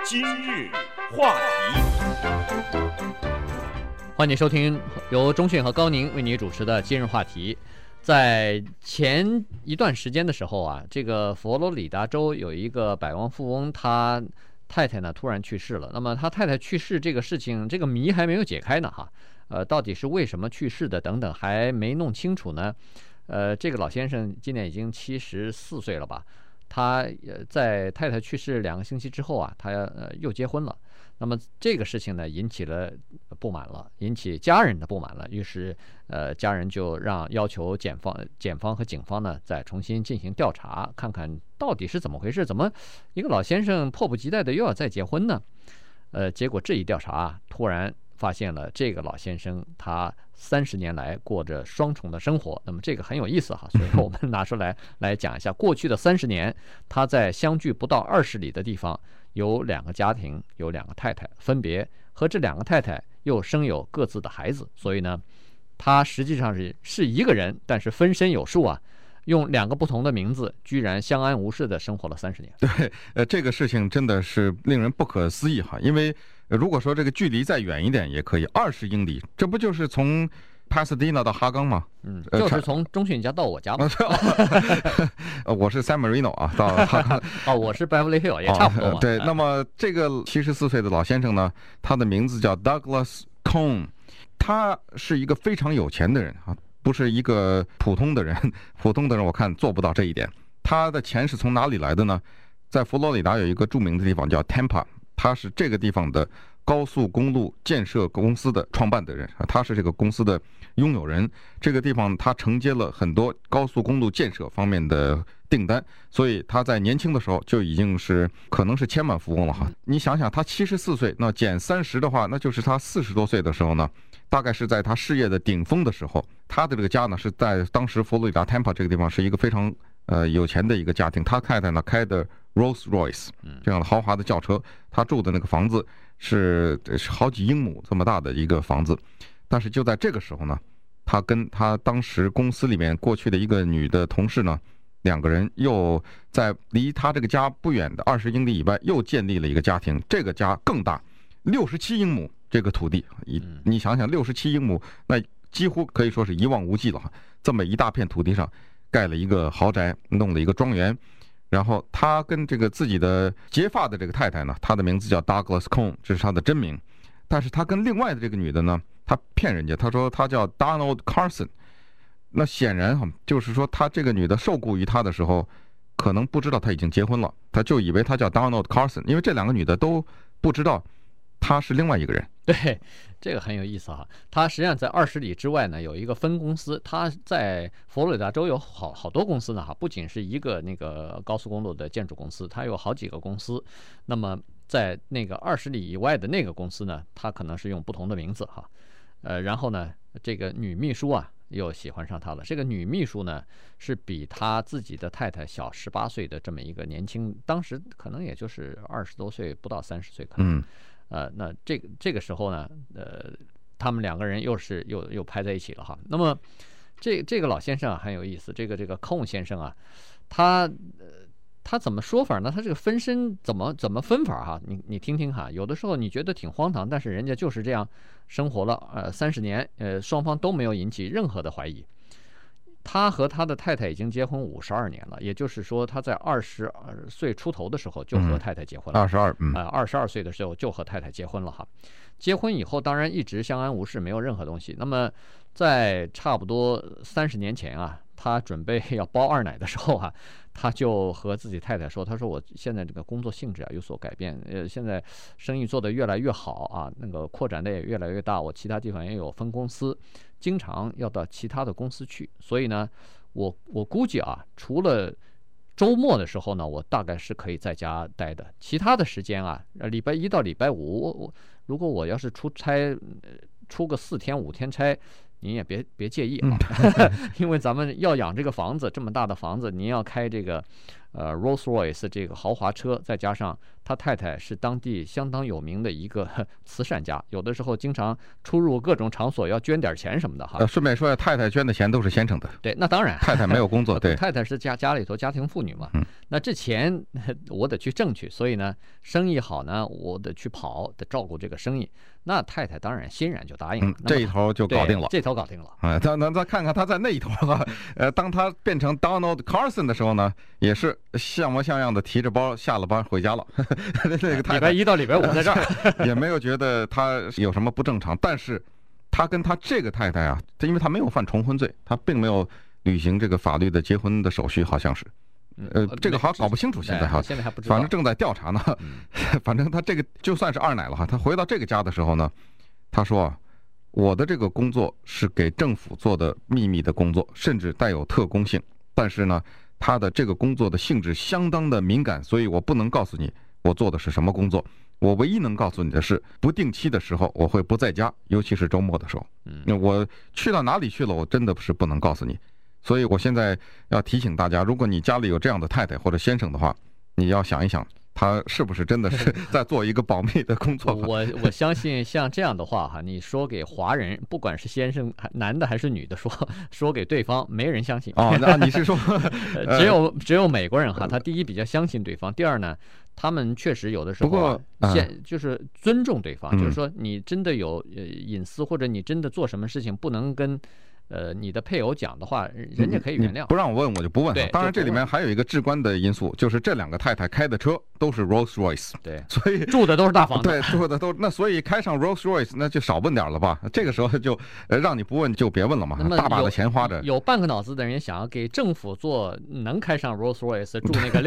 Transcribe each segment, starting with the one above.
今日话题， 欢迎收听由钟讯和高宁为你主持的今日话题。在前一段时间的时候啊，这个佛罗里达州有一个百万富翁，他太太呢突然去世了。那么他太太去世这个事情，这个谜还没有解开呢哈。到底是为什么去世的等等还没弄清楚呢。这个老先生今年已经74岁了吧？他在太太去世2个星期之后啊，他又结婚了。那么这个事情呢，引起了不满了，引起家人的不满了。于是家人就要求检方和警方呢再重新进行调查，看看到底是怎么回事，怎么一个老先生迫不及待的又要再结婚呢？结果这一调查啊，突然发现了这个老先生他30年来过着双重的生活。那么这个很有意思哈，所以我们拿出来讲一下过去的30年，他在相距不到20里的地方有2个家庭，有2个太太，分别和这2个太太又生有各自的孩子。所以呢，他实际上是一个人，但是分身有术啊，用2个不同的名字，居然相安无事的生活了30年。 对，这个事情真的是令人不可思议哈，因为如果说这个距离再远一点也可以，20英里，这不就是从帕萨迪纳到哈冈吗？ 就是从中讯家到我家嘛。 我是 San Marino 啊，到哈冈。 我是 Beverly Hill， 也差不多嘛。 对，那么这个74岁的老先生呢，他的名字叫 Douglas Cohn， 他是一个非常有钱的人啊，不是一个普通的人。普通的人我看做不到这一点。他的钱是从哪里来的呢？在佛罗里达有一个著名的地方叫 Tampa， 他是这个地方的高速公路建设公司的创办的人，他是这个公司的拥有人。这个地方他承接了很多高速公路建设方面的订单，所以他在年轻的时候就已经是可能是千万富翁了哈。你想想，他74岁，那减30的话，那就是他40多岁的时候呢，大概是在他事业的顶峰的时候。他的这个家呢是在当时佛罗里达 Tampa 这个地方是一个非常有钱的一个家庭。他太太呢开的 Rolls-Royce 这样的豪华的轿车，他住的那个房子是好几英亩这么大的一个房子。但是就在这个时候呢，他跟他当时公司里面过去的一个女的同事呢，2个人又在离他这个家不远的20英里以外又建立了一个家庭。这个家更大，67英亩这个土地，你想想67英亩，那几乎可以说是一望无际了。这么一大片土地上盖了一个豪宅，弄了一个庄园。然后他跟这个自己的结发的这个太太呢，他的名字叫 Douglas Cohn， 这是他的真名。但是他跟另外的这个女的呢，他骗人家，他说他叫 Donald Carson。那显然就是说他这个女的受雇于他的时候，可能不知道他已经结婚了，他就以为他叫 Donald Carson， 因为这2个女的都不知道他是另外一个人。 对，这个很有意思哈。他实际上在20里之外呢有一个分公司，他在佛罗里达州有好多公司呢哈，不仅是一个那个高速公路的建筑公司，他有好几个公司。那么在那个20里以外的那个公司呢，他可能是用不同的名字哈。然后呢，这个女秘书啊又喜欢上他了。这个女秘书呢是比他自己的太太小18岁的这么一个年轻，当时可能也就是20多岁，不到30岁可能。那这个时候呢，他们2个人又拍在一起了哈。那么这个老先生啊很有意思，这个Cohn先生啊，他怎么说法呢？他这个分身怎么分法哈？你听听哈。有的时候你觉得挺荒唐，但是人家就是这样生活了30年，双方都没有引起任何的怀疑。他和他的太太已经结婚52年了，也就是说他在20岁出头的时候就和太太结婚了。22岁的时候就和太太结婚了哈。结婚以后当然一直相安无事，没有任何东西。那么在差不多30年前啊，他准备要包2奶的时候啊，他就和自己太太说，他说我现在这个工作性质啊有所改变，现在生意做得越来越好啊，那个扩展的也越来越大，我其他地方也有分公司，经常要到其他的公司去，所以呢，我估计啊，除了周末的时候呢，我大概是可以在家待的，其他的时间啊，礼拜1到礼拜5，如果我要是出差，出个4天5天差，您也别介意啊，因为咱们要养这个房子，这么大的房子，您要开这个Rolls-Royce 这个豪华车，再加上他太太是当地相当有名的一个慈善家，有的时候经常出入各种场所要捐点钱什么的哈。 顺便说，太太捐的钱都是先生的。 对，那当然， 太太没有工作，对， 太太是家里头家庭妇女嘛。 那这钱我得去挣去，所以呢，生意好呢，我得去跑，得照顾这个生意。那太太当然欣然就答应了， 这一头就搞定了， 这头搞定了。 咱看看他在那一头啊，当他变成 Donald Carson 的时候呢，也是像模像样的提着包下了班回家了。那个太太礼拜一到礼拜五在这儿， 也没有觉得他有什么不正常，但是他跟他这个太太啊，因为他没有犯重婚罪，他并没有履行这个法律的结婚的手续，好像是。这个好搞不清楚，现在哈， 现在还不知道， 反正正在调查呢。反正他这个就算是二奶了哈。他回到这个家的时候呢，他说啊，我的这个工作是给政府做的秘密的工作，甚至带有特工性。但是呢，他的这个工作的性质相当的敏感，所以我不能告诉你我做的是什么工作。我唯一能告诉你的是，不定期的时候我会不在家，尤其是周末的时候。我去到哪里去了，我真的是不能告诉你。所以我现在要提醒大家，如果你家里有这样的太太或者先生的话，你要想一想，他是不是真的是在做一个保密的工作。 我相信像这样的话哈，你说给华人，不管是先生男的还是女的说给对方，没人相信。 那你是说只有美国人哈，他第一比较相信对方，第二呢，他们确实有的时候就是尊重对方，就是说你真的有隐私，或者你真的做什么事情不能跟你的配偶讲的话，人家可以原谅。 不让我问我就不问。当然这里面还有一个至关的因素，就是这两个太太开的车都是 Rolls Royce， 对， 所以住的都是大房子， 对，住的都那，所以开上 Rolls Royce 那就少问点了吧。这个时候就让你不问就别问了嘛，大把的钱花着。 有半个脑子的人想要给政府做能开上 Rolls Royce 住那个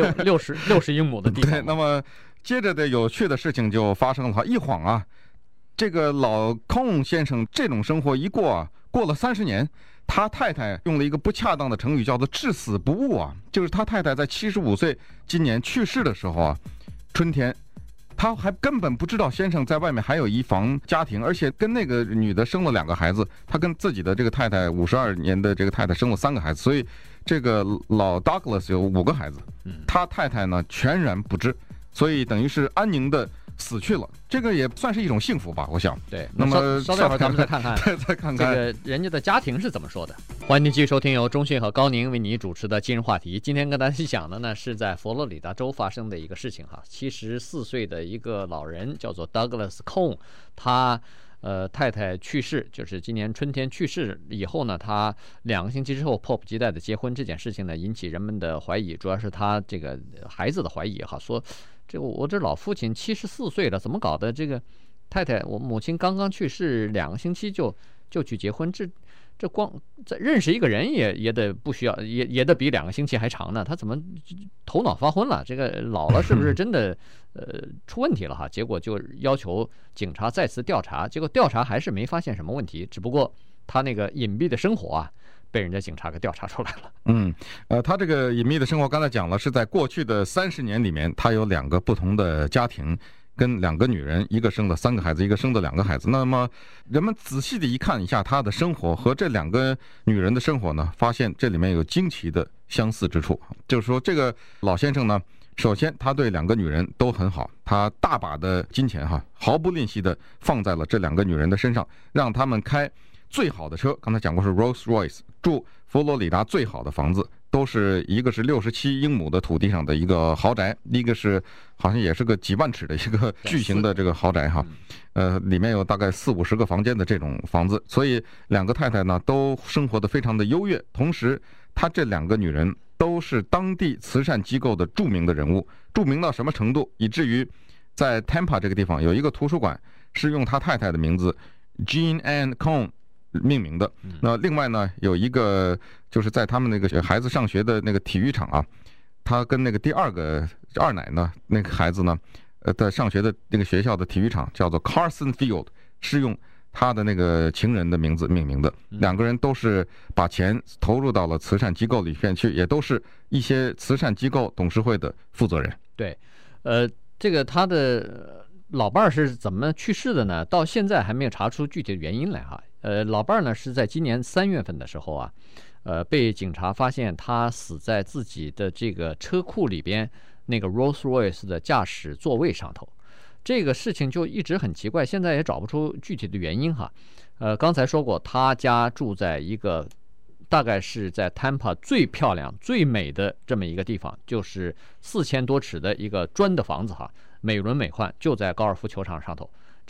60英亩的地方。 对，那么接着的有趣的事情就发生了，一晃啊，这个老空先生这种生活一过啊，过了30年，他太太用了一个不恰当的成语，叫做至死不悟啊。就是他太太在75岁今年去世的时候啊，春天，他还根本不知道先生在外面还有一房家庭，而且跟那个女的生了2个孩子，他跟自己的这个太太52年的这个太太生了3个孩子，所以这个老 Douglas 有5个孩子，他太太呢全然不知，所以等于是安宁的死去了，这个也算是一种幸福吧，我想。 对， 那么稍等会儿咱们再看看， 再看看这个人家的家庭是怎么说的。欢迎您继续收听由钟迅和高宁为你主持的今日话题。今天跟大家讲的呢，是在佛罗里达州发生的一个事情哈。74岁的一个老人叫做 Douglas Cohn， 他太太去世，就是今年春天去世以后呢，他2个星期之后迫不及待的结婚，这件事情呢引起人们的怀疑，主要是他这个孩子的怀疑哈，说我这老父亲74岁了，怎么搞的？这个太太，我母亲刚刚去世2个星期就去结婚，这光在认识一个人也得不需要，也得比2个星期还长呢。他怎么头脑发昏了？这个老了是不是真的出问题了哈？结果就要求警察再次调查，结果调查还是没发现什么问题，只不过他那个隐蔽的生活啊，被人家警察给调查出来了。 他这个隐秘的生活，刚才讲了，是在过去的30年里面，他有2个不同的家庭，跟2个女人，一个生了3个孩子，一个生了2个孩子。那么人们仔细的一看一下他的生活和这2个女人的生活呢，发现这里面有惊奇的相似之处。就是说，这个老先生呢，首先他对2个女人都很好，他大把的金钱哈，毫不吝惜的放在了这2个女人的身上，让他们开最好的车，刚才讲过是 Rolls Royce， 住佛罗里达最好的房子，都是一个是67英亩的土地上的一个豪宅，一个是好像也是个几万尺的一个巨型的这个豪宅哈，里面有大概40-50个房间的这种房子，所以2个太太呢都生活得非常的优越，同时他这2个女人都是当地慈善机构的著名的人物，著名到什么程度，以至于在 Tampa 这个地方有一个图书馆是用他太太的名字 Jean Ann Cohn命名的。那另外呢，有一个就是在他们那个孩子上学的那个体育场啊，他跟那个第2个二奶呢，那个孩子呢，在上学的那个学校的体育场叫做 Carson Field， 是用他的那个情人的名字命名的。2个人都是把钱投入到了慈善机构里面去，也都是一些慈善机构董事会的负责人。 对，这个他的老伴儿是怎么去世的呢？到现在还没有查出具体的原因来哈。老伴儿呢是在今年3月份的时候啊，被警察发现他死在自己的这个车库里边那个 Rolls Royce 的驾驶座位上头。这个事情就一直很奇怪，现在也找不出具体的原因哈。刚才说过，他家住在一个大概是在 Tampa 最漂亮、最美的这么一个地方，就是4000多尺的一个砖的房子哈，美轮美奂，就在高尔夫球场上头。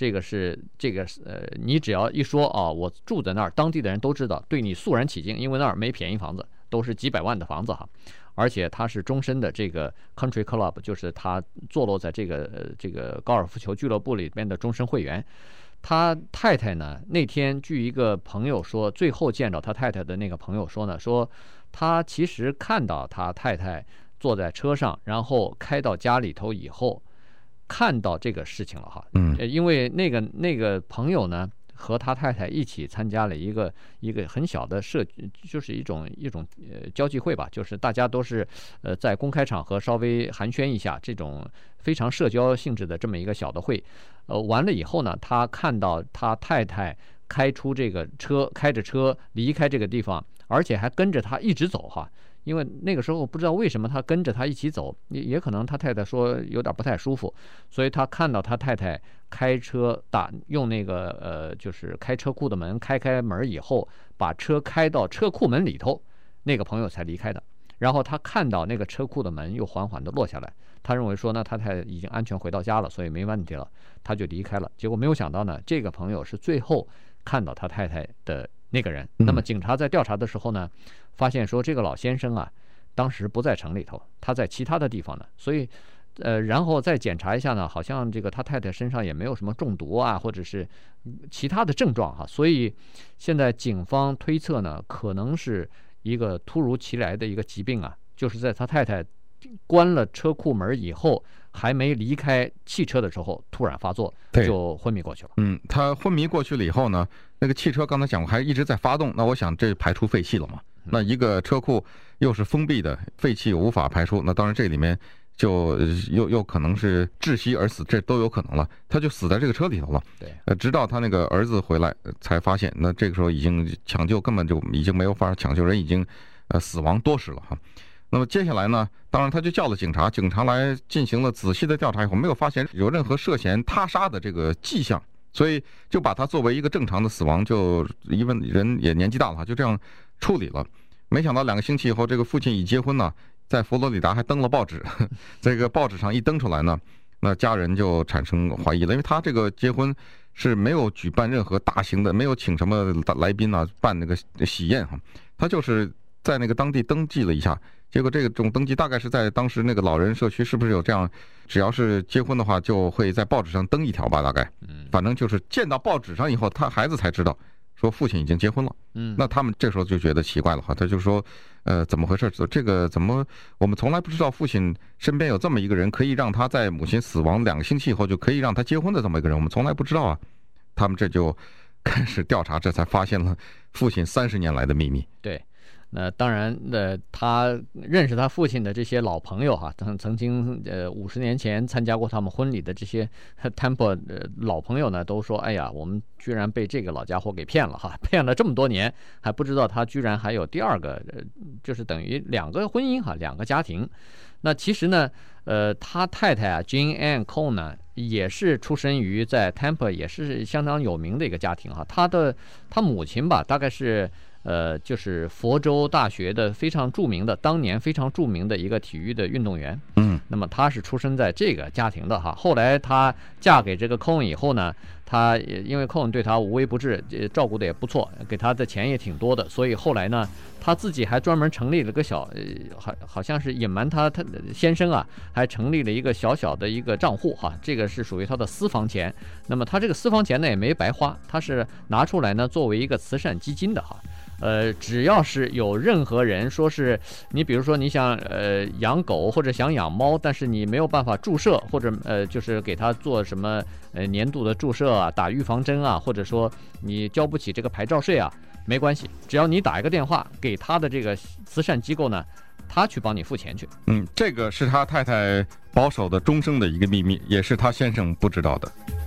你只要一说啊，我住在那儿，当地的人都知道，对你肃然起敬，因为那儿没便宜房子，都是几百万的房子哈。而且他是终身的这个 Country Club， 就是他坐落在这个高尔夫球俱乐部里边的终身会员。他太太呢，那天据一个朋友说，最后见到他太太的那个朋友说呢，说他其实看到他太太坐在车上，然后开到家里头以后，看到这个事情了哈。因为那个朋友呢，和他太太一起参加了一个很小的就是一种交际会吧，就是大家都是在公开场合稍微寒暄一下，这种非常社交性质的这么一个小的会。完了以后呢，他看到他太太开着车离开这个地方，而且还跟着他一直走哈。因为那个时候不知道为什么他跟着他一起走，也可能他太太说有点不太舒服，所以他看到他太太开车用那个就是开车库的门开门以后，把车开到车库门里头，那个朋友才离开的。然后他看到那个车库的门又缓缓地落下来，他认为说呢，他太太已经安全回到家了，所以没问题了，他就离开了。结果没有想到呢，这个朋友是最后看到他太太的那个人。那么警察在调查的时候呢，发现说这个老先生啊，当时不在城里头，他在其他的地方呢，所以然后再检查一下呢，好像这个他太太身上也没有什么中毒啊，或者是其他的症状哈，所以现在警方推测呢，可能是一个突如其来的一个疾病啊，就是在他太太关了车库门以后，还没离开汽车的时候突然发作，就昏迷过去了。 他昏迷过去了以后呢，那个汽车刚才讲过还一直在发动，那我想这排出废气了嘛。那一个车库又是封闭的，废气无法排出，那当然这里面就又可能是窒息而死，这都有可能了。他就死在这个车里头了。 对， 直到他那个儿子回来才发现，那这个时候已经抢救根本就已经没有法抢救，人已经死亡多时了哈。那么接下来呢，当然他就叫了警察来进行了仔细的调查以后，没有发现有任何涉嫌他杀的这个迹象，所以就把他作为一个正常的死亡，就因为人也年纪大了，就这样处理了。没想到2个星期以后，这个父亲已结婚呢，在佛罗里达还登了报纸。这个报纸上一登出来呢，那家人就产生怀疑了，因为他这个结婚是没有举办任何大型的，没有请什么来宾啊，办那个喜宴哈，他就是在那个当地登记了一下。结果这种登记大概是在当时那个老人社区，是不是有这样，只要是结婚的话，就会在报纸上登一条吧，大概。反正就是见到报纸上以后，他孩子才知道说父亲已经结婚了。那他们这时候就觉得奇怪了哈，他就说，怎么回事？这个怎么我们从来不知道父亲身边有这么一个人，可以让他在母亲死亡2个星期以后就可以让他结婚的这么一个人，我们从来不知道啊。他们这就开始调查，这才发现了父亲30年来的秘密。 对。那当然，他认识他父亲的这些老朋友哈，曾经50年前参加过他们婚礼的这些 Tampa 老朋友呢，都说：“哎呀，我们居然被这个老家伙给骗了哈，骗了这么多年，还不知道他居然还有第2个，就是等于2个婚姻哈，2个家庭。”那其实呢，他太太啊 Jean Ann Cohn 呢，也是出身于在 Tampa 也是相当有名的一个家庭哈，他母亲吧，大概是。就是佛州大学的当年非常著名的一个体育的运动员。那么她是出生在这个家庭的哈。后来她嫁给这个 Cohn 以后呢，她因为 Cohn 对她无微不至，照顾的也不错，给她的钱也挺多的，所以后来呢，她自己还专门成立了个好像是隐瞒她先生啊，还成立了一个小小的一个账户哈，这个是属于她的私房钱。那么她这个私房钱呢也没白花，她是拿出来呢作为一个慈善基金的哈。只要是有任何人说是你，比如说你想养狗或者想养猫，但是你没有办法注射，或者就是给它做什么年度的注射啊、打预防针啊，或者说你交不起这个牌照税啊，没关系，只要你打一个电话给他的这个慈善机构呢，他去帮你付钱去。 这个是他太太保守的终生的一个秘密，也是他先生不知道的。